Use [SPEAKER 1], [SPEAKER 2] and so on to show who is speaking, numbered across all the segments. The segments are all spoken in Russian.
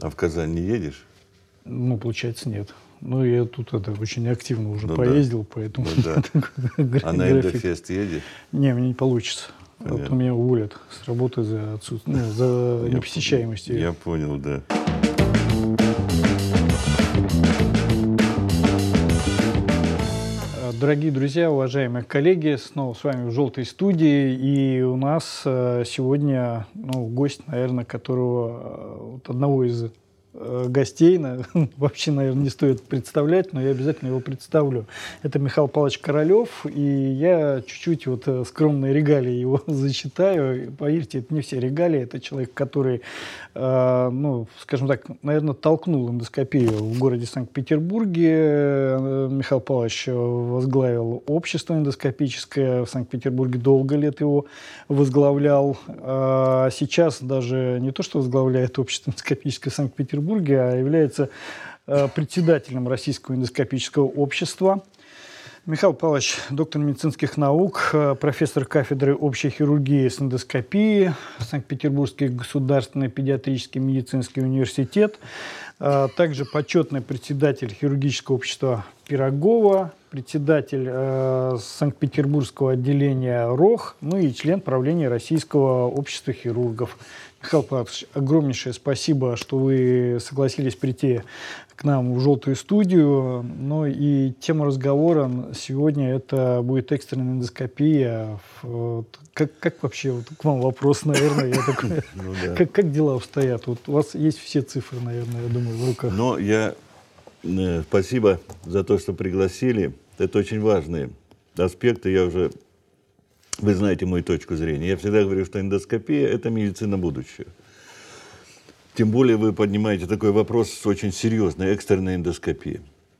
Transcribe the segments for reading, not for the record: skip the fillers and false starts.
[SPEAKER 1] А в Казань не едешь?
[SPEAKER 2] Ну, получается, нет. Ну, я тут очень активно уже
[SPEAKER 1] Ну
[SPEAKER 2] поездил, поэтому
[SPEAKER 1] Ну да. А на
[SPEAKER 2] график.
[SPEAKER 1] Эндофест едешь?
[SPEAKER 2] Не, мне не получится. А то
[SPEAKER 1] Понятно.
[SPEAKER 2] меня уволят с работы за за непосещаемость.
[SPEAKER 1] Я понял, да.
[SPEAKER 2] Дорогие друзья, уважаемые коллеги, снова с вами в «Желтой студии». И у нас сегодня гость, наверное, которого, одного из гостей, вообще, наверное, не стоит представлять, но я обязательно его представлю. Это Михаил Павлович Королев, и я чуть-чуть скромные регалии его зачитаю. Поверьте, это не все регалии, это человек, который, скажем так, наверное, толкнул эндоскопию в городе Санкт-Петербурге. Михаил Павлович возглавил общество эндоскопическое в Санкт-Петербурге, долго лет его возглавлял. А сейчас даже не то, что возглавляет общество эндоскопическое в Санкт-Петербурге, а является председателем Российского эндоскопического общества. Михаил Павлович – доктор медицинских наук, профессор кафедры общей хирургии с эндоскопией, Санкт-Петербургский государственный педиатрический медицинский университет, также почетный председатель хирургического общества Пирогова, председатель Санкт-Петербургского отделения РОХ, ну и член правления Российского общества хирургов. Михаил Павлович, огромнейшее спасибо, что вы согласились прийти к нам в «Желтую студию». Ну и тема разговора сегодня это будет экстренная эндоскопия. Как вообще, к вам вопрос, наверное, как дела обстоят? У вас есть все цифры, наверное, я думаю, в руках.
[SPEAKER 1] Спасибо за то, что пригласили. Это очень важные аспекты. Вы знаете мою точку зрения. Я всегда говорю, что эндоскопия – это медицина будущего. Тем более вы поднимаете такой вопрос очень серьезный – экстренная эндоскопия.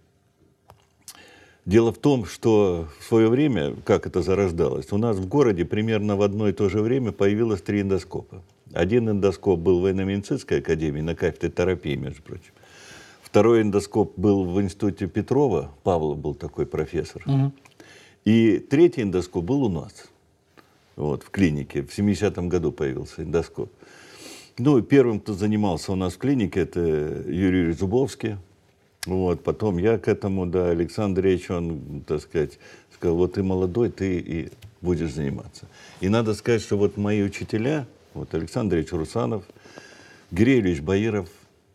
[SPEAKER 1] Дело в том, что в свое время, как это зарождалось, у нас в городе примерно в одно и то же время появилось 3 эндоскопа. Один эндоскоп был в военно-медицинской академии на кафедре терапии, между прочим. Второй эндоскоп был в институте Петрова, Павлов был такой профессор. И третий эндоскоп был у нас. В клинике. В 70-м году появился эндоскоп. Первым, кто занимался у нас в клинике, это Юрий Зубовский. Потом я к этому, Александр Андреевич, он, сказал, ты молодой, ты и будешь заниматься. И надо сказать, что мои учителя, Александр Андреевич Русанов, Гирей Ильич Баиров,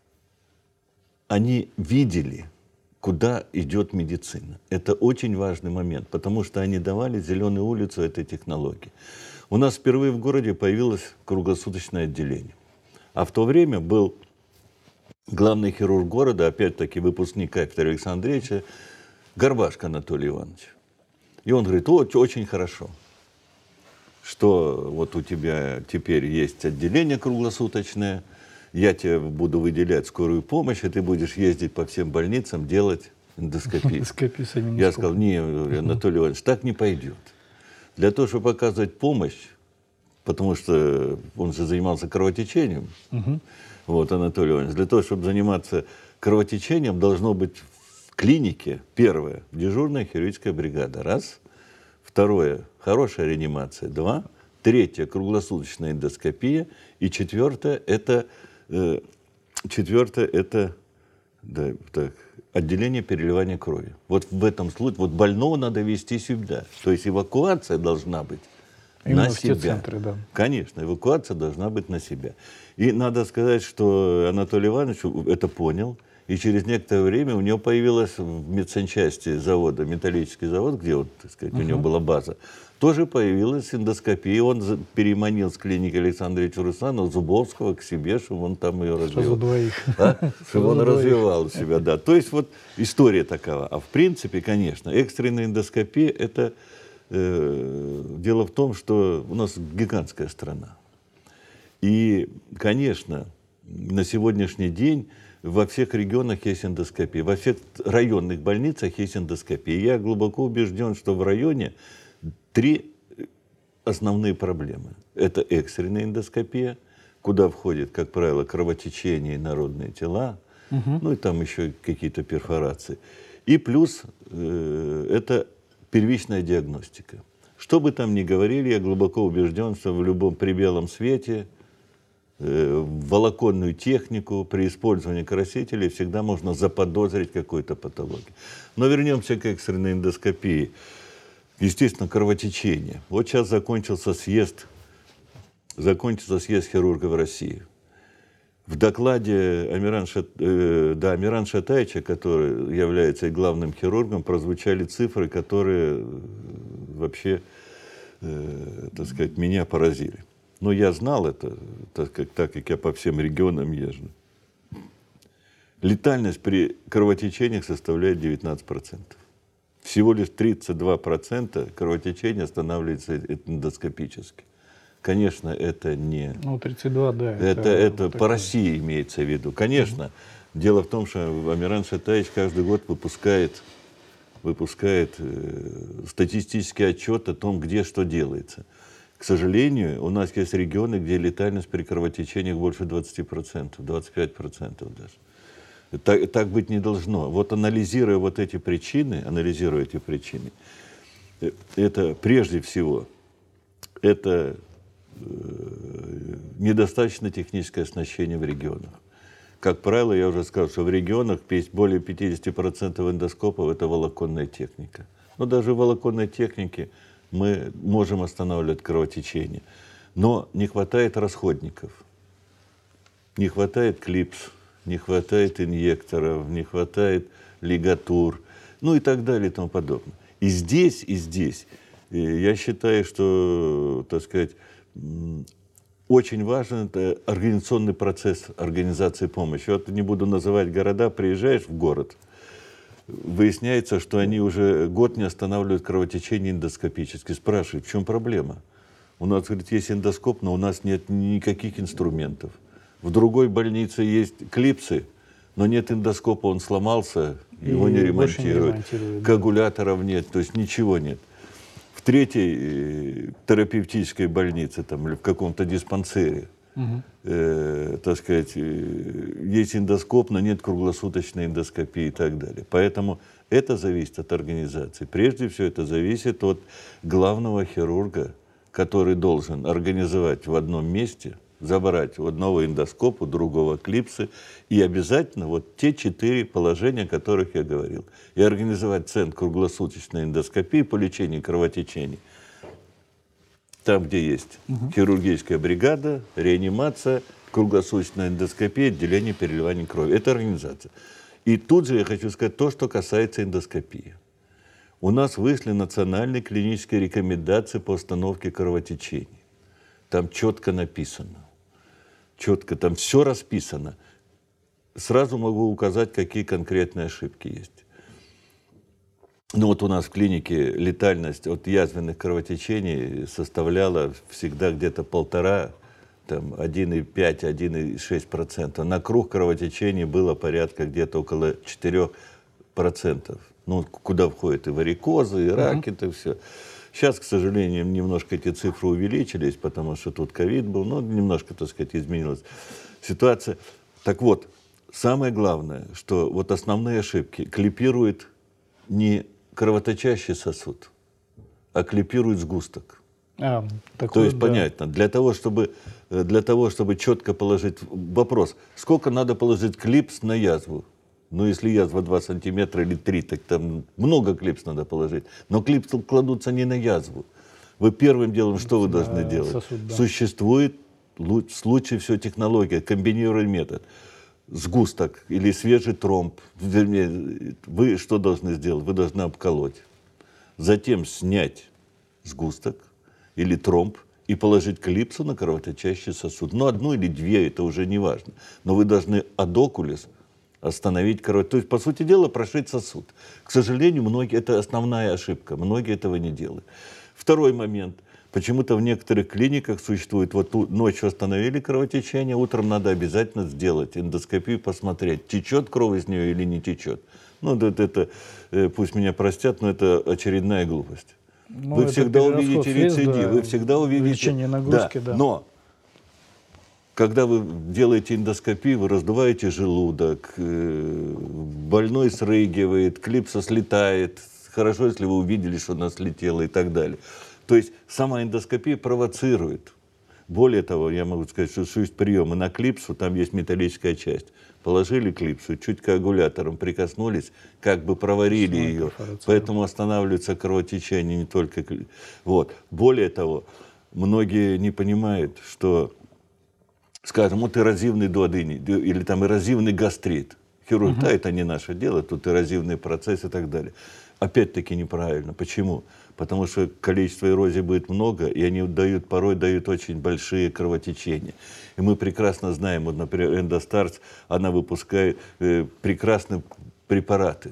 [SPEAKER 1] они видели, куда идет медицина. Это очень важный момент, потому что они давали зеленую улицу этой технологии. У нас впервые в городе появилось круглосуточное отделение. А в то время был главный хирург города, опять-таки выпускник кафедры Александра Андреевича, Горбашко Анатолий Иванович. И он говорит, очень хорошо, что у тебя теперь есть отделение круглосуточное, я тебе буду выделять скорую помощь, и ты будешь ездить по всем больницам делать эндоскопию. Я сказал, не, Анатолий Иванович, так не пойдет. Для того, чтобы оказывать помощь, потому что он же занимался кровотечением, Анатолий Иванович, для того, чтобы заниматься кровотечением, должно быть в клинике, первое, дежурная хирургическая бригада, раз, второе, хорошая реанимация, два, третье, круглосуточная эндоскопия, и четвертое, это отделение переливания крови. В этом случае, больного надо везти сюда. То есть эвакуация должна быть на себя.
[SPEAKER 2] Центры, да.
[SPEAKER 1] Конечно, эвакуация должна быть на себя. И надо сказать, что Анатолий Иванович это понял, и через некоторое время у него появилась в медсанчасти завода, металлический завод, где у него была база, тоже появилась эндоскопия. Он переманил с клиники Александра Ильича Русанова Зубовского к себе, чтобы он там ее развивал.
[SPEAKER 2] Сразу двоих.
[SPEAKER 1] Чтобы он развивал себя, да. То есть история такова. А в принципе, конечно, экстренная эндоскопия – это дело в том, что у нас гигантская страна. И, конечно, на сегодняшний день во всех регионах есть эндоскопия, во всех районных больницах есть эндоскопия. Я глубоко убежден, что в районе 3 основные проблемы. Это экстренная эндоскопия, куда входит, как правило, кровотечение и народные тела, и там еще какие-то перфорации. И плюс это первичная диагностика. Что бы там ни говорили, я глубоко убежден, что в любом при белом свете волоконную технику, при использовании красителей всегда можно заподозрить какую-то патологию. Но вернемся к экстренной эндоскопии. Естественно, кровотечение. Вот сейчас закончился съезд хирургов России. В докладе Амирана Шатаевича, который является главным хирургом, прозвучали цифры, которые вообще, так сказать, меня поразили. Но я знал это, так как я по всем регионам езжу. Летальность при кровотечениях составляет 19%. Всего лишь 32% кровотечения останавливается эндоскопически. Конечно, это не...
[SPEAKER 2] Ну, 32, да.
[SPEAKER 1] Это по России имеется в виду. Конечно. Дело в том, что Амиран Шатаевич каждый год выпускает статистический отчет о том, где что делается. К сожалению, у нас есть регионы, где летальность при кровотечениях больше 20%, 25% даже. Так быть не должно. Вот анализируя эти причины, это прежде всего, это недостаточное техническое оснащение в регионах. Как правило, я уже сказал, что в регионах более 50% эндоскопов – это волоконная техника. Но даже в волоконной технике мы можем останавливать кровотечение. Но не хватает расходников, не хватает клипс, не хватает инъекторов, не хватает лигатур, ну и так далее и тому подобное. И здесь я считаю, что, так сказать, очень важен это организационный процесс организации помощи. Вот не буду называть города, приезжаешь в город, выясняется, что они уже год не останавливают кровотечение эндоскопически. Спрашивают, в чем проблема? У нас, говорит, есть эндоскоп, но у нас нет никаких инструментов. В другой больнице есть клипсы, но нет эндоскопа, он сломался, его не ремонтируют. Коагуляторов нет, то есть ничего нет. В третьей терапевтической больнице там, или в каком-то диспансере, так сказать, есть эндоскоп, но нет круглосуточной эндоскопии и так далее. Поэтому это зависит от организации. Прежде всего, это зависит от главного хирурга, который должен организовать в одном месте, забрать у одного эндоскопа, у другого клипсы, и обязательно вот те 4 положения, о которых я говорил. И организовать центр круглосуточной эндоскопии по лечению кровотечений. Там, где есть хирургическая бригада, реанимация, круглосуточная эндоскопия, отделение переливания крови. Это организация. И тут же я хочу сказать то, что касается эндоскопии. У нас вышли национальные клинические рекомендации по остановке кровотечений. Там четко написано. Четко, там все расписано. Сразу могу указать, какие конкретные ошибки есть. Ну вот у нас в клинике летальность от язвенных кровотечений составляла всегда где-то 1,5, там 1,5-1,6%. На круг кровотечений было порядка где-то около 4%. Ну, куда входят и варикозы, и раки, это все. Сейчас, к сожалению, немножко эти цифры увеличились, потому что тут ковид был, но немножко, так сказать, изменилась ситуация. Так вот, самое главное, что вот основные ошибки клипирует не кровоточащий сосуд, а клипирует сгусток. То есть, понятно, для того, чтобы четко положить вопрос, сколько надо положить клипс на язву? Ну, если язва 2 сантиметра или 3, так там много клипс надо положить. Но клипсы кладутся не на язву. Вы первым делом что вы должны делать? Сосуд, да. Существует в случае все технология, комбинированный метод. Сгусток или свежий тромб. Вы что должны сделать? Вы должны обколоть. Затем снять сгусток или тромб и положить клипсу на кровоточащий сосуд. Ну, 1 или 2, это уже не важно. Но вы должны адокулис остановить кровотечение. То есть, по сути дела, прошить сосуд. К сожалению, это основная ошибка. Многие этого не делают. Второй момент. Почему-то в некоторых клиниках существует, вот ночью остановили кровотечение, утром надо обязательно сделать эндоскопию, посмотреть, течет кровь из нее или не течет. Ну, это пусть меня простят, но это очередная глупость.
[SPEAKER 2] Ну,
[SPEAKER 1] вы всегда увидите рецидив, вы всегда увидите...
[SPEAKER 2] Увеличение нагрузки, да.
[SPEAKER 1] Но когда вы делаете эндоскопию, вы раздуваете желудок, больной срыгивает, клипса слетает. Хорошо, если вы увидели, что она слетела и так далее. То есть сама эндоскопия провоцирует Более того, я могу сказать, что существуют приемы на клипсу, там есть металлическая часть. Положили клипсу, чуть коагулятором прикоснулись, как бы проварили
[SPEAKER 2] Основная
[SPEAKER 1] ее.
[SPEAKER 2] перфорация.
[SPEAKER 1] Поэтому останавливается кровотечение не только... Вот. Более того, многие не понимают, что, скажем, вот эрозивный дуоденит или там эрозивный гастрит. Хирург, да, это не наше дело, тут эрозивный процесс и так далее. Опять-таки неправильно. Почему? Потому что количество эрозий будет много, и они порой дают очень большие кровотечения. И мы прекрасно знаем, вот, например, Эндостарс, она выпускает прекрасные препараты.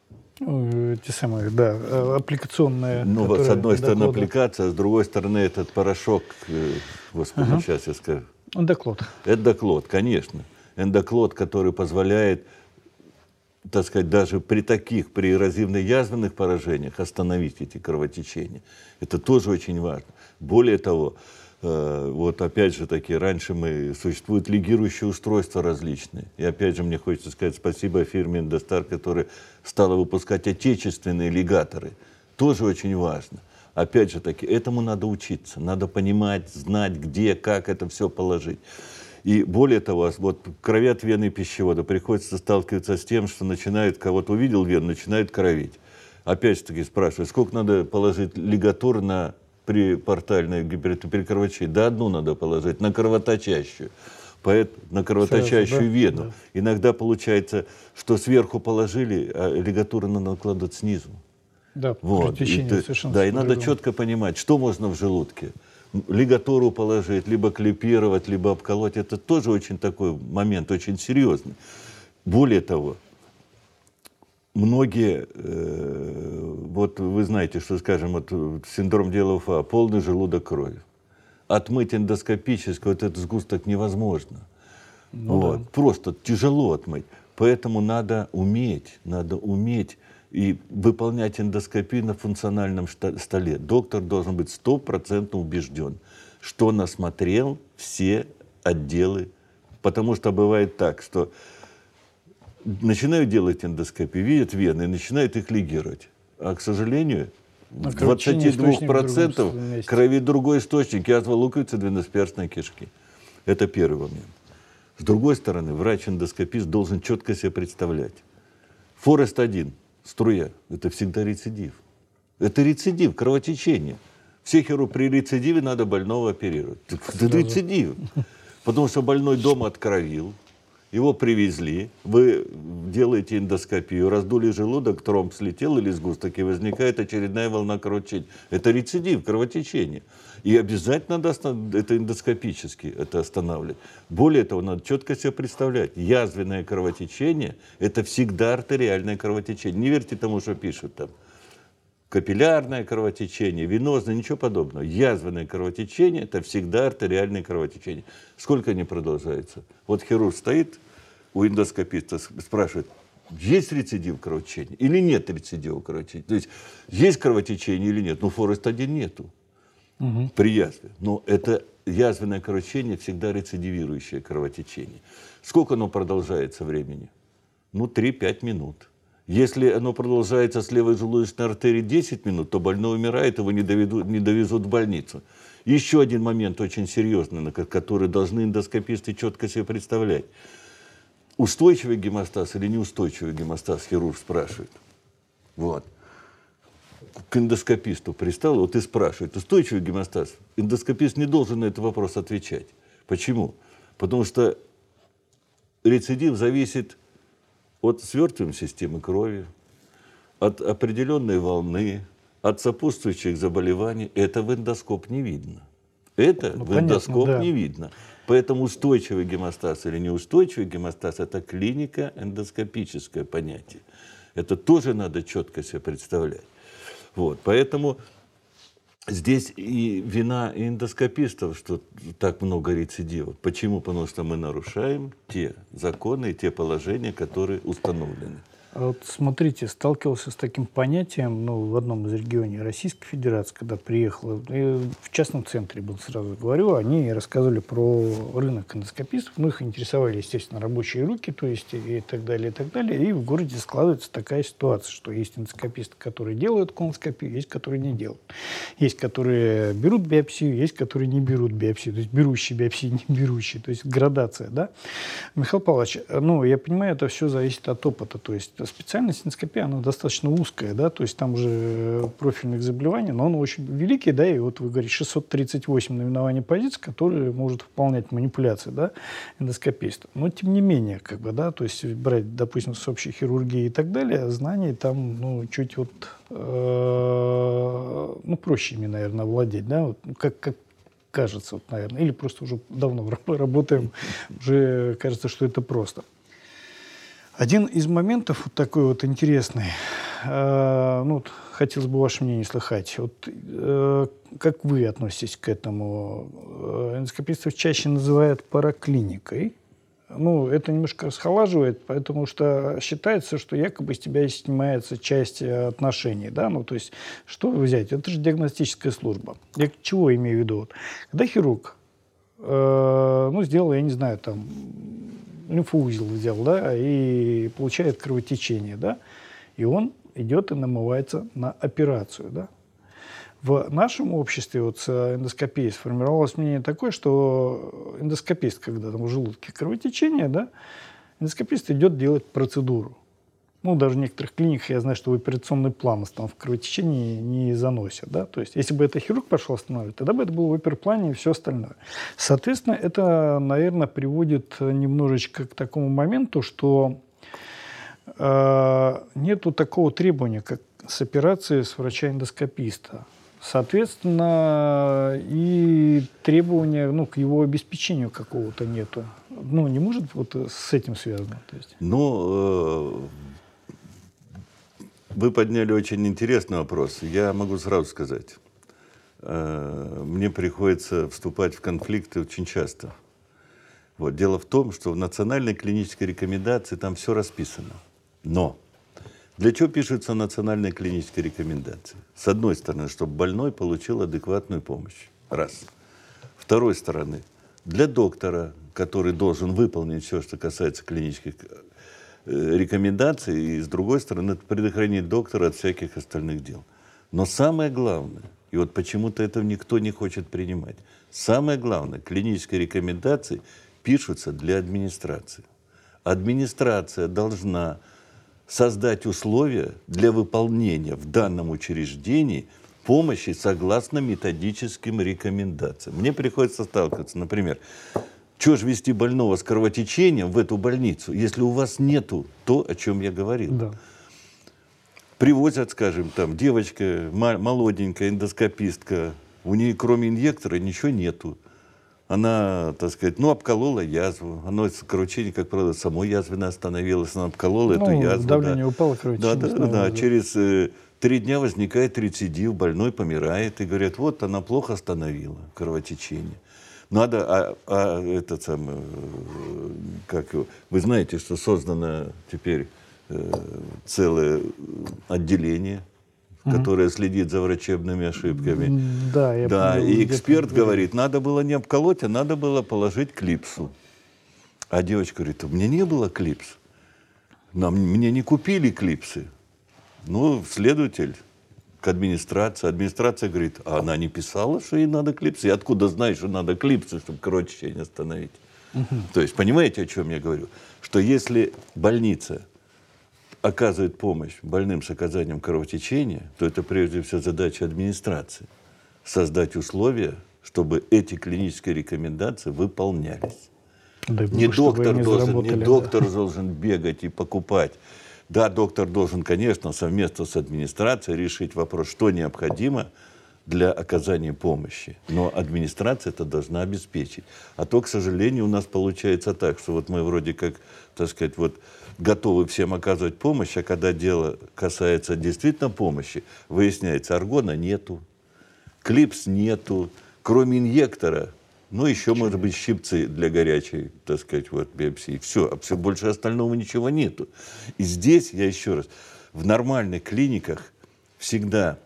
[SPEAKER 2] Те самые, да, аппликационные.
[SPEAKER 1] Ну, с одной стороны
[SPEAKER 2] Эндоклода.
[SPEAKER 1] аппликация, а с другой стороны этот порошок, господи, сейчас я скажу.
[SPEAKER 2] Эндоклод.
[SPEAKER 1] Эндоклод, конечно. Эндоклод, который позволяет, так сказать, даже при эрозивно-язвенных поражениях остановить эти кровотечения. Это тоже очень важно. Более того, вот опять же таки, существуют лигирующие устройства различные. И опять же мне хочется сказать спасибо фирме Эндостар, которая стала выпускать отечественные лигаторы. Тоже очень важно. Опять же таки, этому надо учиться, надо понимать, знать, где, как это все положить. И более того, вот кровят вены пищевода, приходится сталкиваться с тем, что начинает, кого-то увидел вену, начинает кровить. Опять-таки спрашивают, сколько надо положить лигатур на препортальное гипертоперекровочение? Да, одну надо положить, на кровоточащую. На кровоточащую вену. Да. Иногда получается, что сверху положили, а лигатуры накладывают снизу.
[SPEAKER 2] Да,
[SPEAKER 1] вот. И надо четко понимать, что можно в желудке. Лигатуру положить, либо клипировать, либо обколоть. Это тоже очень такой момент, очень серьезный. Более того, многие, вот вы знаете, что, скажем, вот синдром Делауфа, полный желудок крови. Отмыть эндоскопически вот этот сгусток невозможно.
[SPEAKER 2] Ну,
[SPEAKER 1] вот. Да. Просто тяжело отмыть. Поэтому надо уметь и выполнять эндоскопию на функциональном столе. Доктор должен быть 100% убежден, что он осмотрел все отделы. Потому что бывает так, что начинают делать эндоскопию, видят вены и начинают их лигировать. А, к сожалению, в 22% крови другой источник, язва луковицы, двенадцатиперстной кишки. Это первый момент. С другой стороны, врач-эндоскопист должен четко себе представлять. Форест-1, струя, это всегда рецидив. Это рецидив, кровотечение. Все хирурги при рецидиве надо больного оперировать. Это рецидив. Потому что больной дома откровил, его привезли, вы делаете эндоскопию, раздули желудок, тромб слетел или сгусток, и возникает очередная волна кровотечения. Это рецидив, кровотечение. И обязательно надо это эндоскопически это останавливать. Более того, надо четко себе представлять, язвенное кровотечение – это всегда артериальное кровотечение. Не верьте тому, что пишут там. Капиллярное кровотечение, венозное, ничего подобного. Язвенное кровотечение – это всегда артериальное кровотечение. Сколько они продолжаются? Вот хирург стоит у эндоскописта, спрашивает, есть рецидив кровотечения или нет рецидива кровотечения? То есть есть кровотечение или нет? Ну, Форест-1 нету при язве. Но это язвенное кровотечение всегда рецидивирующее кровотечение. Сколько оно продолжается времени? Ну, 3-5 минут. Если оно продолжается с левой желудочной артерии 10 минут, то больной умирает, его не довезут в больницу. Еще один момент очень серьезный, на который должны эндоскописты четко себе представлять. Устойчивый гемостаз или неустойчивый гемостаз, хирург спрашивает. Вот. К эндоскописту пристал, вот и спрашивает, устойчивый гемостаз. Эндоскопист не должен на этот вопрос отвечать. Почему? Потому что рецидив зависит от свертываемой системы крови, от определенной волны, от сопутствующих заболеваний. Это в эндоскоп не видно. Это в эндоскоп не видно. Поэтому устойчивый гемостаз или неустойчивый гемостаз – это клиника эндоскопическое понятие. Это тоже надо четко себе представлять. Вот. Поэтому здесь и вина и эндоскопистов, что так много рецидивов. Почему? Потому что мы нарушаем те законы и те положения, которые установлены.
[SPEAKER 2] А вот смотрите, сталкивался с таким понятием, ну, в одном из регионов Российской Федерации, когда приехал, в частном центре был, сразу говорю, они рассказывали про рынок эндоскопистов, ну, их интересовали, естественно, рабочие руки, то есть и так далее, и так далее, и в городе складывается такая ситуация, что есть эндоскописты, которые делают колоноскопию, есть, которые не делают. Есть, которые берут биопсию, есть, которые не берут биопсию, то есть берущие биопсию, не берущие, то есть градация, да. Михаил Павлович, ну, я понимаю, это все зависит от опыта, то есть специальность эндоскопия, она достаточно узкая, да, то есть там уже профильных заболеваний, но он очень великий, да, и вот вы говорите, 638 наименований позиций, которые может выполнять манипуляции, да, эндоскописта. Но тем не менее, как бы, да, то есть брать, допустим, с общей хирургии и так далее, знаний там, ну, чуть вот, ну, проще ими, наверное, владеть, да, вот, как кажется, вот, наверное, или просто уже давно работаем, уже кажется, что это просто. Один из моментов вот такой вот интересный, ну, вот, хотелось бы ваше мнение слыхать. Вот, как вы относитесь к этому? Эндоскопистов чаще называют параклиникой. Ну, это немножко расхолаживает, потому что считается, что якобы с тебя снимается часть отношений, да, ну, то есть, что взять? Это же диагностическая служба. Я к чего имею в виду? Вот, когда хирург, ну, сделал, я не знаю, там, лимфоузел взял, да, и получает кровотечение, да, и он идет и намывается на операцию, да. В нашем обществе вот с эндоскопией сформировалось мнение такое, что эндоскопист, когда там в желудке кровотечение, да, эндоскопист идет делать процедуру. Ну, даже в некоторых клиниках я знаю, что в операционный план там в кровотечении не заносят, да, то есть если бы это хирург пошел останавливать, тогда бы это было в оперплане и все остальное. Соответственно, это, наверное, приводит немножечко к такому моменту, что нету такого требования, как с операцией с врача-эндоскописта. Соответственно, и требования, ну, к его обеспечению какого-то нету. Ну, не может вот с этим связано? То есть.
[SPEAKER 1] Ну, вы подняли очень интересный вопрос. Я могу сразу сказать. Мне приходится вступать в конфликты очень часто. Вот. Дело в том, что в национальной клинической рекомендации там все расписано. Но для чего пишутся национальные клинические рекомендации? С одной стороны, чтобы больной получил адекватную помощь. Раз. С второй стороны, для доктора, который должен выполнить все, что касается клинических рекомендаций, и с другой стороны, это предохранить доктора от всяких остальных дел. Но самое главное, и вот почему-то это никто не хочет принимать, самое главное, клинические рекомендации пишутся для администрации. Администрация должна создать условия для выполнения в данном учреждении помощи согласно методическим рекомендациям. Мне приходится сталкиваться, например, чего же везти больного с кровотечением в эту больницу, если у вас нету то, о чем я говорил.
[SPEAKER 2] Да.
[SPEAKER 1] Привозят, скажем, там девочка молоденькая, эндоскопистка, у нее кроме инъектора ничего нету. Она, так сказать, ну, обколола язву. Оно кровотечение, как правило, само язвенно остановилось. Она обколола эту язву.
[SPEAKER 2] Давление упало, кровотечение.
[SPEAKER 1] Да. Через 3 дня возникает рецидив, больной помирает. И говорят, вот она плохо остановила кровотечение. Надо, этот самый, как его, вы знаете, что создано теперь целое отделение, которая следит за врачебными ошибками.
[SPEAKER 2] Да, я понял,
[SPEAKER 1] и эксперт говорит, надо было не обколоть, а надо было положить клипсу. А девочка говорит, у меня не было клипс. Мне не купили клипсы. Ну, следователь к администрации. Администрация говорит, а она не писала, что ей надо клипсы. И откуда знаешь, что надо клипсы, чтобы кровотечение остановить? То есть, понимаете, о чем я говорю? Что если больница оказывает помощь больным с оказанием кровотечения, то это прежде всего задача администрации. Создать условия, чтобы эти клинические рекомендации выполнялись. Не доктор должен бегать и покупать. Да, доктор должен, конечно, совместно с администрацией решить вопрос, что необходимо для оказания помощи. Но администрация это должна обеспечить. А то, к сожалению, у нас получается так, что вот мы вроде как, так сказать, вот готовы всем оказывать помощь, а когда дело касается действительно помощи, выясняется, аргона нету, клипс нету, кроме инъектора Ну, еще, может быть, щипцы для горячей, так сказать, вот, биопсии. Все, больше остального ничего нету. И здесь, я еще раз, в нормальных клиниках всегда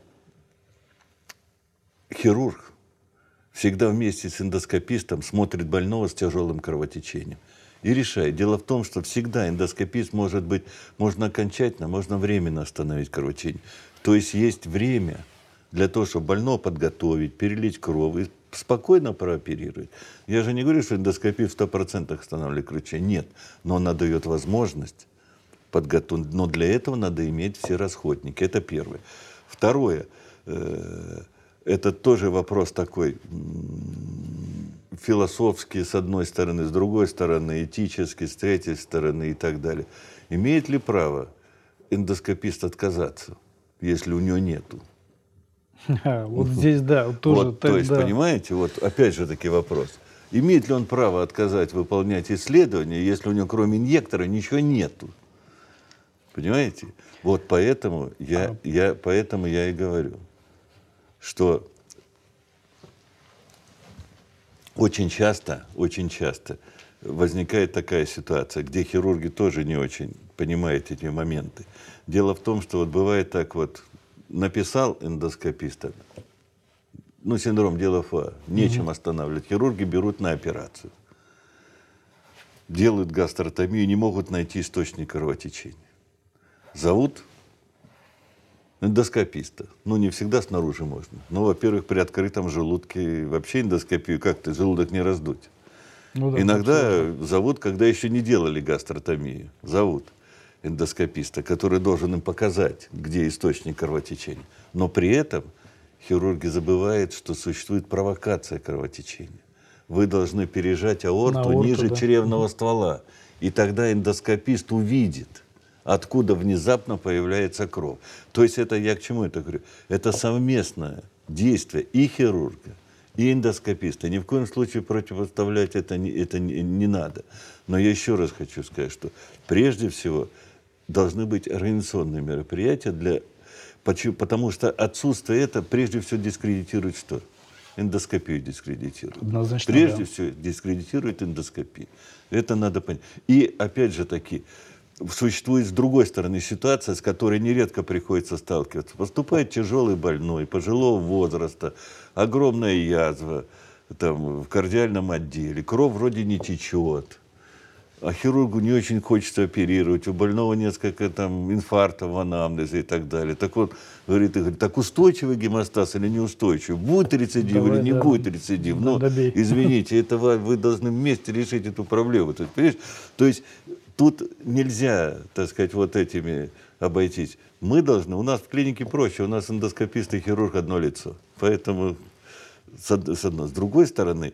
[SPEAKER 1] хирург всегда вместе с эндоскопистом смотрит больного с тяжелым кровотечением и решает. Дело в том, что всегда эндоскопист может быть, можно окончательно, можно временно остановить кровотечение. То есть есть время для того, чтобы больного подготовить, перелить кровь и спокойно прооперировать. Я же не говорю, что эндоскопия в 100% останавливает кровотечение. Нет, но она дает возможность подготовить. Но для этого надо иметь все расходники. Это первое. Второе. Это тоже вопрос такой философский, с одной стороны, с другой стороны, этический, с третьей стороны и так далее. Имеет ли право эндоскопист отказаться, если у него нету?
[SPEAKER 2] Вот здесь, да, вот тоже.
[SPEAKER 1] Вот, то есть, понимаете, вот опять же таки вопрос. Имеет ли он право отказать выполнять исследования, если у него кроме инъектора ничего нету? Понимаете? Вот поэтому я и говорю, что очень часто возникает такая ситуация, где хирурги тоже не очень понимают эти моменты. Дело в том, что вот бывает так вот, написал эндоскописта, ну, синдром Делафуа, нечем останавливать. Хирурги берут на операцию, делают гастротомию, не могут найти источник кровотечения. Зовут эндоскописта. Ну, не всегда снаружи можно. Ну, во-первых, при открытом желудке вообще эндоскопию как-то желудок не раздуть.
[SPEAKER 2] Ну, да,
[SPEAKER 1] иногда зовут, когда еще не делали гастротомию. Зовут эндоскописта, который должен им показать, где источник кровотечения. Но при этом хирурги забывают, что существует провокация кровотечения. Вы должны пережать аорту ниже чревного ствола. И тогда эндоскопист увидит, откуда внезапно появляется кровь. То есть это, я к чему это говорю? Это совместное действие и хирурга, и эндоскописта. Ни в коем случае противопоставлять это не надо. Но я еще раз хочу сказать, что прежде всего должны быть организационные мероприятия, потому что отсутствие этого прежде всего дискредитирует что? Эндоскопию дискредитирует.
[SPEAKER 2] Однозначно,
[SPEAKER 1] Прежде всего дискредитирует эндоскопию. Это надо понять. И опять же таки, существует с другой стороны ситуация, с которой нередко приходится сталкиваться. Поступает тяжелый больной, пожилого возраста, огромная язва там, в кардиальном отделе, кровь вроде не течет, а хирургу не очень хочется оперировать, у больного несколько там, инфарктов в анамнезе и так далее. Так он говорит, так устойчивый гемостаз или неустойчивый? Будет рецидив или не будет рецидив? Ну, извините, это вы должны вместе решить эту проблему. То есть тут нельзя, так сказать, вот этими обойтись. Мы должны, у нас в клинике проще, у нас эндоскопист и хирург одно лицо. Поэтому, с другой стороны,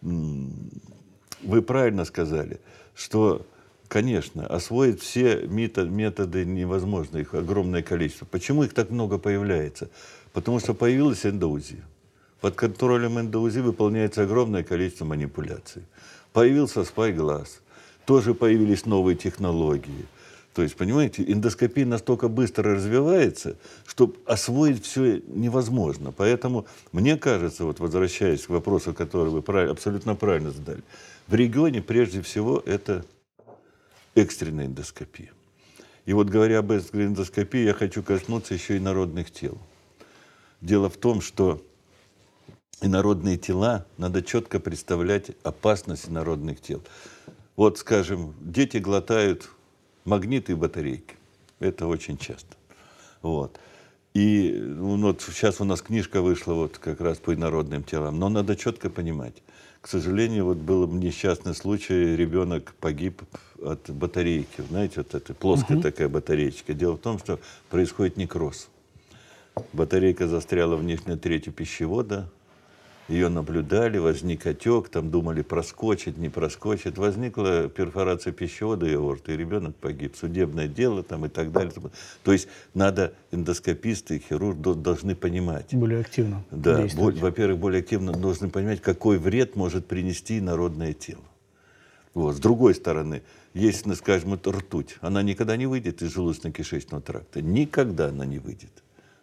[SPEAKER 1] вы правильно сказали, что, конечно, освоить все методы невозможно, их огромное количество. Почему их так много появляется? Потому что появилась эндоузи. Под контролем эндоузи выполняется огромное количество манипуляций. Появился спай-глаз. Тоже появились новые технологии. То есть, понимаете, эндоскопия настолько быстро развивается, что освоить все невозможно. Поэтому, мне кажется, вот возвращаясь к вопросу, который вы абсолютно правильно задали, в регионе прежде всего это экстренная эндоскопия. И вот говоря об экстренной эндоскопии, я хочу коснуться еще инородных тел. Дело в том, что инородные тела, надо четко представлять опасность инородных тел. Вот, скажем, дети глотают магниты и батарейки. Это очень часто. Вот. И вот сейчас у нас книжка вышла вот как раз по инородным телам. Но надо четко понимать. К сожалению, вот был несчастный случай, ребенок погиб от батарейки. Знаете, вот эта плоская такая батареечка. Дело в том, что происходит некроз. Батарейка застряла в нижней трети пищевода. Ее наблюдали, возник отек, там думали, проскочит, не проскочит. Возникла перфорация пищевода и аорты, и ребенок погиб. Судебное дело там и так далее. То есть надо, эндоскописты и хирург должны понимать.
[SPEAKER 2] Более активно.
[SPEAKER 1] Да, во-первых, более активно должны понимать, какой вред может принести инородное тело. Вот. С другой стороны, если, скажем, это ртуть, она никогда не выйдет из желудочно-кишечного тракта. Никогда она не выйдет.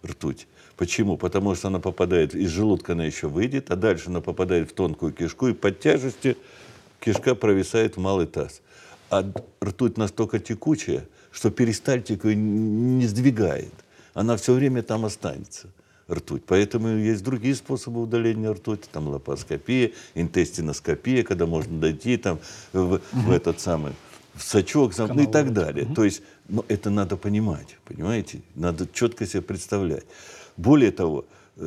[SPEAKER 1] ртуть. Почему? Потому что она попадает, из желудка она еще выйдет, а дальше она попадает в тонкую кишку, и под тяжестью кишка провисает в малый таз. А ртуть настолько текучая, что перистальтик ее не сдвигает. Она все время там останется, ртуть. Поэтому есть другие способы удаления ртути, там лапароскопия, интестиноскопия, когда можно дойти там, в этот самый в сачок, ну, и так далее. То есть, это надо понимать, понимаете? Надо четко себе представлять. Более того,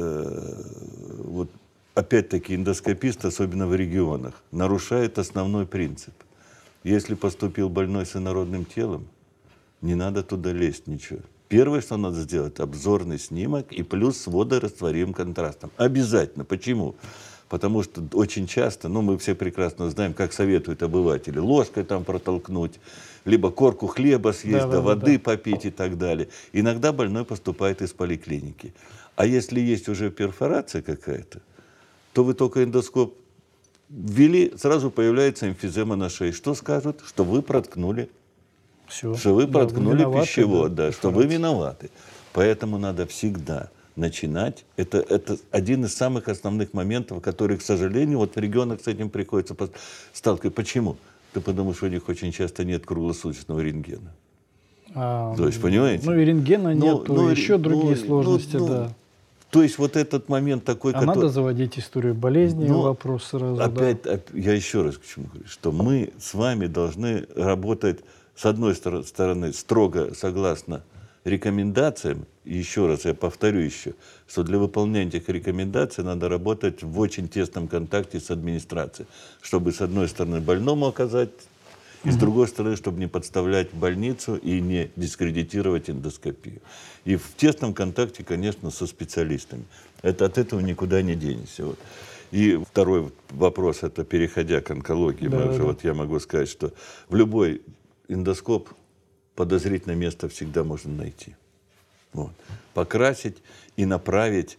[SPEAKER 1] вот опять-таки эндоскопист, особенно в регионах, нарушает основной принцип. Если поступил больной с инородным телом, не надо туда лезть ничего. Первое, что надо сделать, обзорный снимок и плюс с водорастворимым контрастом. Обязательно. Почему? Потому что очень часто, мы все прекрасно знаем, как советуют обыватели, ложкой там протолкнуть, либо корку хлеба съесть, воды попить и так далее. Иногда больной поступает из поликлиники. А если есть уже перфорация какая-то, то вы только эндоскоп ввели, сразу появляется эмфизема на шее. Что скажут? Что вы проткнули.
[SPEAKER 2] Все.
[SPEAKER 1] Что вы проткнули
[SPEAKER 2] виноваты,
[SPEAKER 1] пищевод, что вы виноваты. Поэтому надо всегда начинать. Это один из самых основных моментов, которые, к сожалению, вот в регионах с этим приходится сталкиваться. Почему? Да потому что у них очень часто нет круглосуточного рентгена. То есть, понимаете?
[SPEAKER 2] И рентгена нет, еще другие сложности, да.
[SPEAKER 1] То есть вот этот момент такой,
[SPEAKER 2] надо заводить историю болезни, вопрос сразу.
[SPEAKER 1] Опять, я еще раз к чему говорю, что мы с вами должны работать, с одной стороны, строго согласно рекомендациям. И еще раз, я повторю еще, что для выполнения этих рекомендаций надо работать в очень тесном контакте с администрацией, чтобы с одной стороны больному оказать, и с другой стороны, чтобы не подставлять больницу и не дискредитировать эндоскопию. И в тесном контакте, конечно, со специалистами. От этого никуда не денешься. Вот. И второй вопрос, это переходя к онкологии, я могу сказать, что в любой эндоскоп подозрительное место всегда можно найти. Вот. Покрасить и направить,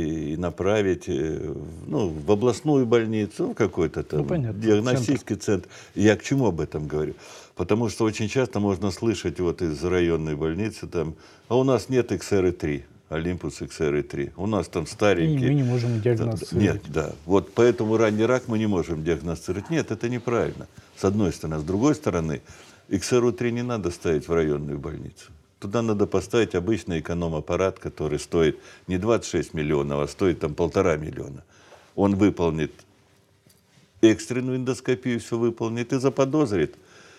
[SPEAKER 1] в областную больницу, в какой-то там диагностический центр. Я к чему об этом говорю? Потому что очень часто можно слышать вот из районной больницы, там, а у нас нет XR3, Олимпус XR3, у нас там старенький.
[SPEAKER 2] Мы не можем диагностировать.
[SPEAKER 1] Нет, вот поэтому ранний рак мы не можем диагностировать. Нет, это неправильно, с одной стороны. С другой стороны, XR3 не надо ставить в районную больницу. Туда надо поставить обычный эконом-аппарат, который стоит не 26 миллионов, а стоит там 1,5 миллиона. Он выполнит экстренную эндоскопию, все выполнит и заподозрит,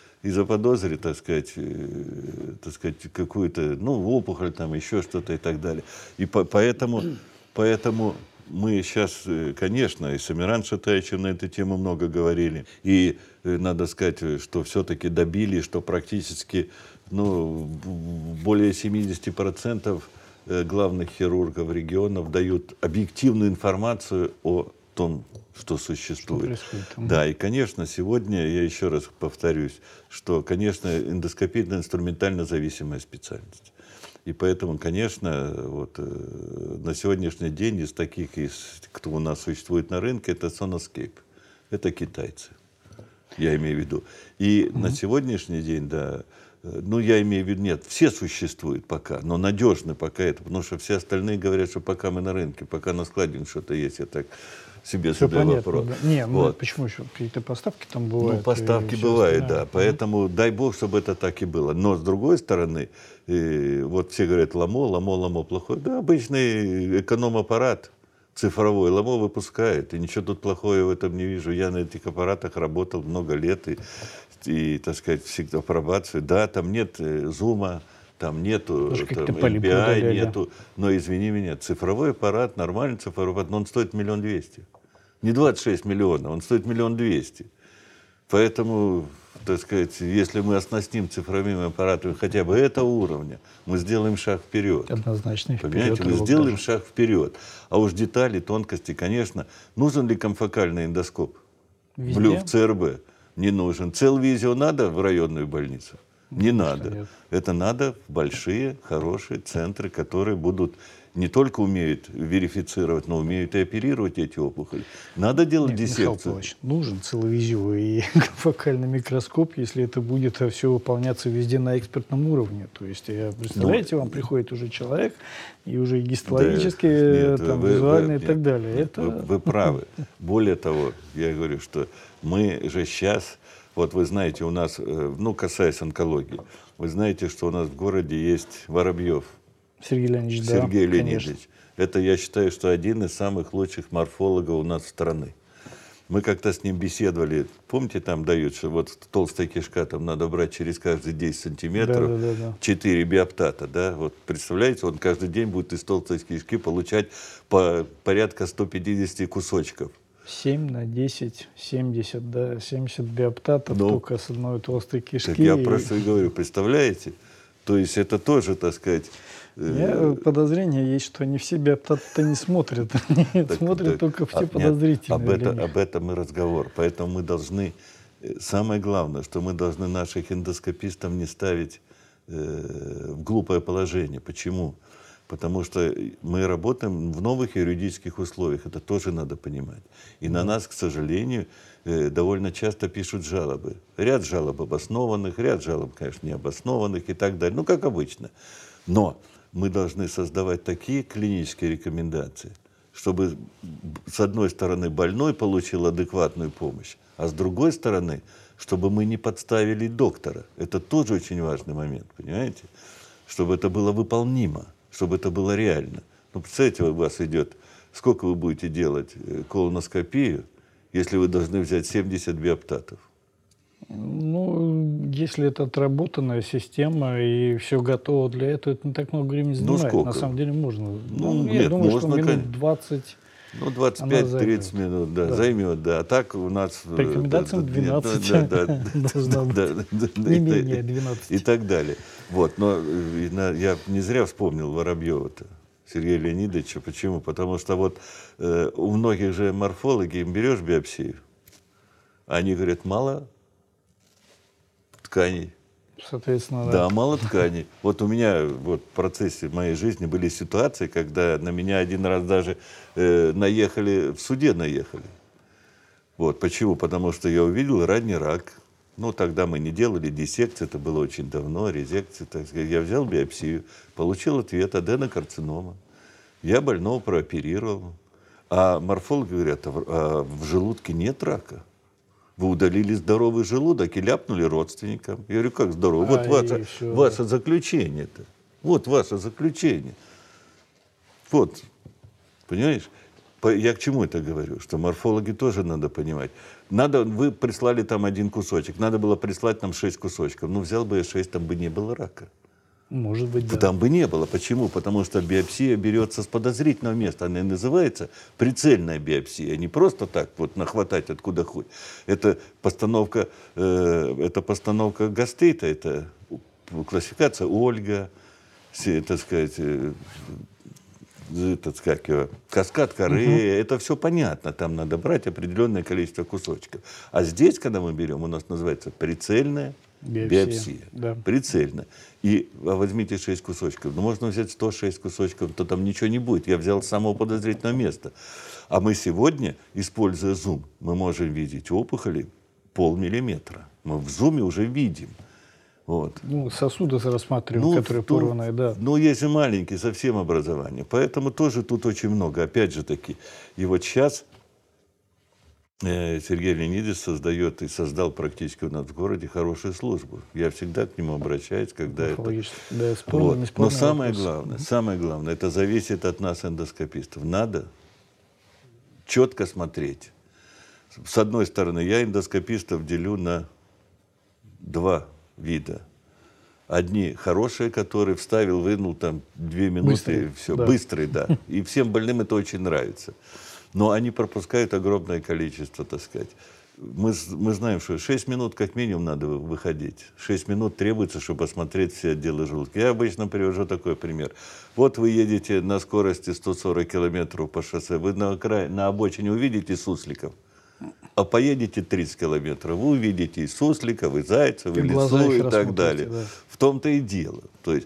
[SPEAKER 1] так сказать, какую-то, опухоль, там еще что-то и так далее. И поэтому мы сейчас, конечно, и с Амиран Шатаевичем на эту тему много говорили. И надо сказать, что все-таки добили, что практически более 70% главных хирургов регионов дают объективную информацию о том, что существует. Да, и, конечно, сегодня, я еще раз повторюсь, что, конечно, эндоскопия – это инструментально зависимая специальность. И поэтому, конечно, на сегодняшний день из таких, кто у нас существует на рынке, это Sonoscape. Это китайцы, я имею в виду. И на сегодняшний день, я имею в виду, нет, все существуют пока, но надежны пока это, потому что все остальные говорят, что пока мы на рынке, пока на складе что-то есть, я так себе задаю вопрос.
[SPEAKER 2] Да. Почему еще? Какие-то поставки там бывают?
[SPEAKER 1] Поставки бывают, да. Поэтому дай бог, чтобы это так и было. Но с другой стороны, все говорят, ламо плохой. Да, обычный эконом-аппарат цифровой, ламо выпускает. И ничего тут плохого в этом не вижу. Я на этих аппаратах работал много лет и так сказать, всегда апробацию. Да, там нет зума, там нету MPI, нету. Но извини меня, цифровой аппарат, нормальный цифровой аппарат, но он стоит 1 200 000. Не 26 миллионов, он стоит 1 200 000. Поэтому, так сказать, если мы оснастим цифровыми аппаратами хотя бы этого уровня, мы сделаем шаг вперед.
[SPEAKER 2] Однозначно вперед.
[SPEAKER 1] Понимаете, мы сделаем шаг вперед. А уж детали, тонкости, конечно. Нужен ли комфокальный эндоскоп? В ЦРБ? Не нужен. Целвизио надо в районную больницу? Не надо. Это надо в большие, хорошие центры, которые будут не только умеют верифицировать, но умеют и оперировать эти опухоли. Надо делать
[SPEAKER 2] Нет, Михаил
[SPEAKER 1] диссекцию.
[SPEAKER 2] Павлович, нужен целовизионный и фокальный микроскоп, если это будет все выполняться везде на экспертном уровне. То есть, представляете, вам приходит уже человек, и уже и гистологически, там, визуально и так далее. Это...
[SPEAKER 1] Вы правы. Более того, я говорю, что мы же сейчас, вот вы знаете, у нас, ну, касаясь онкологии, вы знаете, что у нас в городе есть Воробьев.
[SPEAKER 2] Сергей Леонидович, да,
[SPEAKER 1] Сергей Леонидович.
[SPEAKER 2] конечно.
[SPEAKER 1] Это, я считаю, что один из самых лучших морфологов у нас страны. Мы как-то с ним беседовали. Помните, там дают, что вот толстая кишка, там надо брать через каждые 10 сантиметров
[SPEAKER 2] Да.
[SPEAKER 1] 4 биоптата. Да? Вот представляете, он каждый день будет из толстой кишки получать по порядка 150 кусочков.
[SPEAKER 2] 7 на 10, 70, да, 70 биоптатов только с одной толстой кишки.
[SPEAKER 1] Так я просто и говорю, представляете? То есть это тоже, так сказать...
[SPEAKER 2] У меня подозрение есть, что они все биоптаты не смотрят. Они смотрят только в те подозрительные.
[SPEAKER 1] Об этом и разговор. Поэтому мы должны... Самое главное, что мы должны наших эндоскопистов не ставить в глупое положение. Почему? Потому что мы работаем в новых юридических условиях. Это тоже надо понимать. И на нас, к сожалению, довольно часто пишут жалобы. Ряд жалоб обоснованных, ряд жалоб, конечно, необоснованных и так далее. Ну, как обычно. Но мы должны создавать такие клинические рекомендации, чтобы с одной стороны больной получил адекватную помощь, а с другой стороны, чтобы мы не подставили доктора. Это тоже очень важный момент, понимаете? Чтобы это было выполнимо, чтобы это было реально. Ну, представляете, у вас идет, сколько вы будете делать колоноскопию, если вы должны взять 70 биоптатов?
[SPEAKER 2] Ну, если это отработанная система и все готово для этого, это не так много времени занимает.
[SPEAKER 1] сколько?
[SPEAKER 2] На самом деле можно.
[SPEAKER 1] Нет,
[SPEAKER 2] я думаю,
[SPEAKER 1] можно,
[SPEAKER 2] что минут
[SPEAKER 1] конечно.
[SPEAKER 2] 20.
[SPEAKER 1] Ну, 25-30 минут, да, займет, да. А так у нас...
[SPEAKER 2] По рекомендациям 12 должна быть. Не менее 12.
[SPEAKER 1] И так далее. Вот, но я не зря вспомнил Воробьева-то, Сергея Леонидовича. Почему? Потому что вот у многих же морфологи, им берешь биопсию, они говорят, мало тканей.
[SPEAKER 2] Соответственно,
[SPEAKER 1] Да, мало тканей. Вот у меня вот, в процессе моей жизни были ситуации, когда на меня один раз даже наехали, в суде наехали. Вот, почему? Потому что я увидел ранний рак. Ну, тогда мы не делали диссекции, это было очень давно, резекции, так сказать. Я взял биопсию, получил ответ, аденокарцинома. Я больного прооперировал. А морфологи говорят, а в желудке нет рака. Вы удалили здоровый желудок и ляпнули родственникам. Я говорю, как здорово? Вот ваше заключение-то. Вот ваше заключение. Вот, понимаешь? Я к чему это говорю? Что морфологи тоже надо понимать. Вы прислали там один кусочек, надо было прислать нам 6 кусочков. Ну, взял бы я 6, там бы не было рака.
[SPEAKER 2] Может быть, да.
[SPEAKER 1] Там бы не было. Почему? Потому что биопсия берется с подозрительного места. Она и называется прицельная биопсия. Не просто так вот нахватать откуда хоть. Это постановка гастрита, это классификация Ольга, так сказать, каскад Корея. Это все понятно. Там надо брать определенное количество кусочков. А здесь, когда мы берем, у нас называется прицельная биопсия.
[SPEAKER 2] Да.
[SPEAKER 1] Прицельно. И возьмите 6 кусочков. Ну, можно взять 106 кусочков, то там ничего не будет. Я взял с самого подозрительного места. А мы сегодня, используя зум, мы можем видеть опухоли полмиллиметра. Мы в зуме уже видим. Вот.
[SPEAKER 2] Ну, сосуды рассматриваем, которые порванные, да.
[SPEAKER 1] Ну, есть и маленькие совсем образования. Поэтому тоже тут очень много. Опять же таки. И вот сейчас Сергей Леонидович создает и создал практически у нас в городе хорошую службу. Я всегда к нему обращаюсь, когда это...
[SPEAKER 2] Да,
[SPEAKER 1] Вот. Но самое главное, это зависит от нас, эндоскопистов. Надо четко смотреть. С одной стороны, я эндоскопистов делю на 2 вида. Одни хорошие, которые вставил, вынул там 2 минуты,
[SPEAKER 2] Быстрый,
[SPEAKER 1] и все.
[SPEAKER 2] да.
[SPEAKER 1] Быстрый, да. И всем больным это очень нравится. Но они пропускают огромное количество, так сказать. Мы знаем, что 6 минут как минимум надо выходить. 6 минут требуется, чтобы осмотреть все отделы желудка. Я обычно привожу такой пример. Вот вы едете на скорости 140 километров по шоссе, вы на обочине увидите сусликов, а поедете 30 километров, вы увидите и сусликов, и зайцев, и лису, и так далее. Да. В том-то и дело. То есть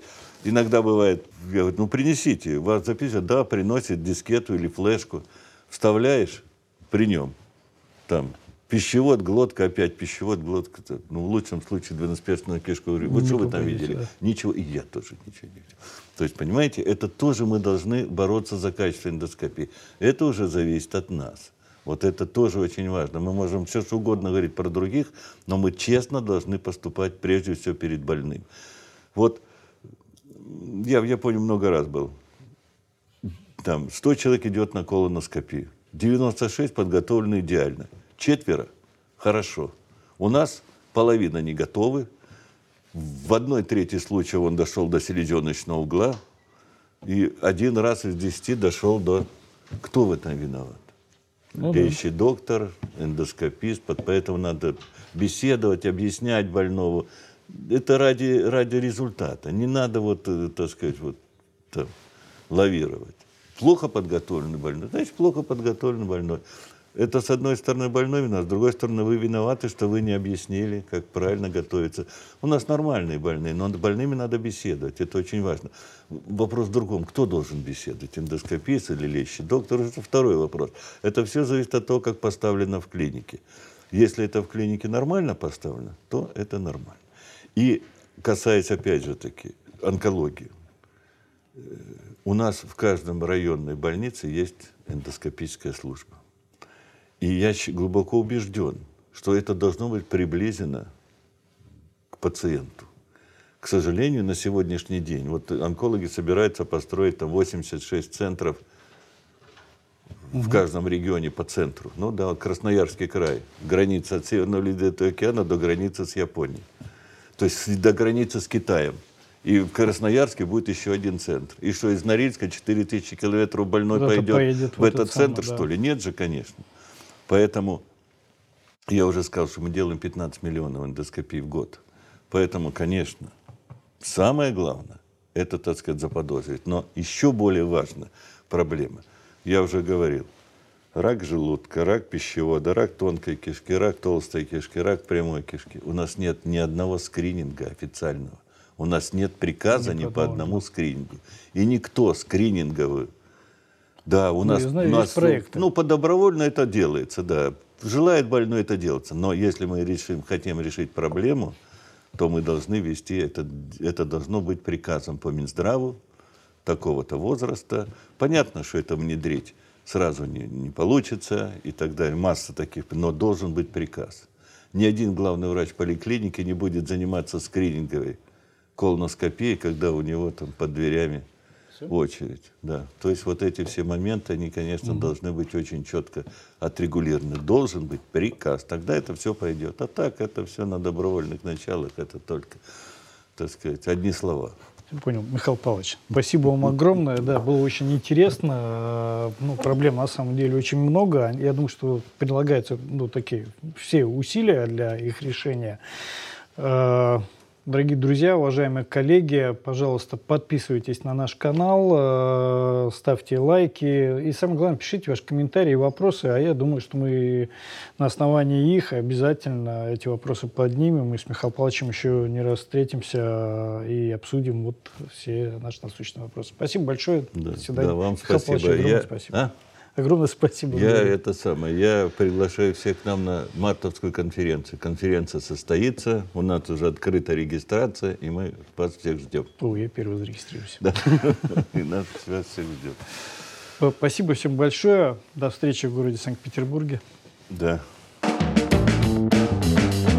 [SPEAKER 1] иногда бывает, я говорю, ну принесите, вас записывают, да, приносит дискету или флешку, вставляешь при нем, там, пищевод, глотка, опять пищевод, глотка, ну в лучшем случае двенадцатиперстную кишку. Говорю, вот что вы там видели? Да. Ничего, и я тоже ничего не видел. То есть, понимаете, это тоже мы должны бороться за качество эндоскопии. Это уже зависит от нас. Вот это тоже очень важно. Мы можем все что угодно говорить про других, но мы честно должны поступать прежде всего перед больным. Вот я в Японии много раз был. Там 100 человек идет на колоноскопию. 96 подготовлены идеально. 4 хорошо. У нас половина не готовы. В 1/3 случаев он дошел до селезеночного угла. И 1 раз из 10 дошел до... Кто в этом виноват? Ну, лечащий доктор, эндоскопист, поэтому надо беседовать, объяснять больному. Это ради результата. Не надо вот, так сказать, вот, там, лавировать. Плохо подготовленный больной, значит, плохо подготовленный больной. Это, с одной стороны, больной виноват, с другой стороны, вы виноваты, что вы не объяснили, как правильно готовиться. У нас нормальные больные, но с больными надо беседовать, это очень важно. Вопрос в другом, кто должен беседовать, эндоскопист или лечащий доктор, это второй вопрос. Это все зависит от того, как поставлено в клинике. Если это в клинике нормально поставлено, то это нормально. И касаясь, опять же таки, онкологии. У нас в каждом районной больнице есть эндоскопическая служба. И я глубоко убежден, что это должно быть приближено к пациенту. К сожалению, на сегодняшний день, вот онкологи собираются построить там 86 центров в каждом регионе по центру. Ну да, вот Красноярский край, граница от Северного Ледовитого океана до границы с Японией. То есть до границы с Китаем. И в Красноярске будет еще 1 центр. И что, из Норильска 4000 километров больной пойдет в этот центр, самый, что ли? Нет же, конечно. Поэтому я уже сказал, что мы делаем 15 миллионов эндоскопий в год. Поэтому, конечно, самое главное, это, так сказать, заподозрить. Но еще более важная проблема. Я уже говорил, рак желудка, рак пищевода, рак тонкой кишки, рак толстой кишки, рак прямой кишки. У нас нет ни одного скрининга официального. У нас нет приказа ни по одному скринингу. И никто скрининговый... Да, у нас проекты. Ну, подобровольно это делается, да. Желает больной, это делается. Но если мы хотим решить проблему, то мы должны вести, это должно быть приказом по Минздраву такого-то возраста. Понятно, что это внедрить сразу не получится и так далее. Масса таких, но должен быть приказ. Ни один главный врач поликлиники не будет заниматься скрининговой колоноскопией, когда у него там под дверями очередь, да. То есть вот эти все моменты, они, конечно, должны быть очень четко отрегулированы. Должен быть приказ, тогда это все пойдет. А так это все на добровольных началах, это только, так сказать, одни слова.
[SPEAKER 2] Понял, Михаил Павлович, спасибо вам огромное. Да, было очень интересно. Ну, проблем на самом деле очень много. Я думаю, что прилагаются такие все усилия для их решения. Дорогие друзья, уважаемые коллеги, пожалуйста, подписывайтесь на наш канал, ставьте лайки и, самое главное, пишите ваши комментарии и вопросы, а я думаю, что мы на основании их обязательно эти вопросы поднимем, и с Михаилом Павловичем еще не раз встретимся и обсудим вот все наши насущные вопросы. Спасибо большое.
[SPEAKER 1] Да,
[SPEAKER 2] до свидания.
[SPEAKER 1] Да, вам
[SPEAKER 2] Михаил
[SPEAKER 1] спасибо.
[SPEAKER 2] Спасибо. Огромное спасибо.
[SPEAKER 1] Я приглашаю всех к нам на мартовскую конференцию. Конференция состоится, у нас уже открыта регистрация, и мы вас всех ждем.
[SPEAKER 2] Я первый зарегистрируюсь.
[SPEAKER 1] Да, и нас всех ждем.
[SPEAKER 2] Спасибо всем большое. До встречи в городе Санкт-Петербурге.
[SPEAKER 1] Да.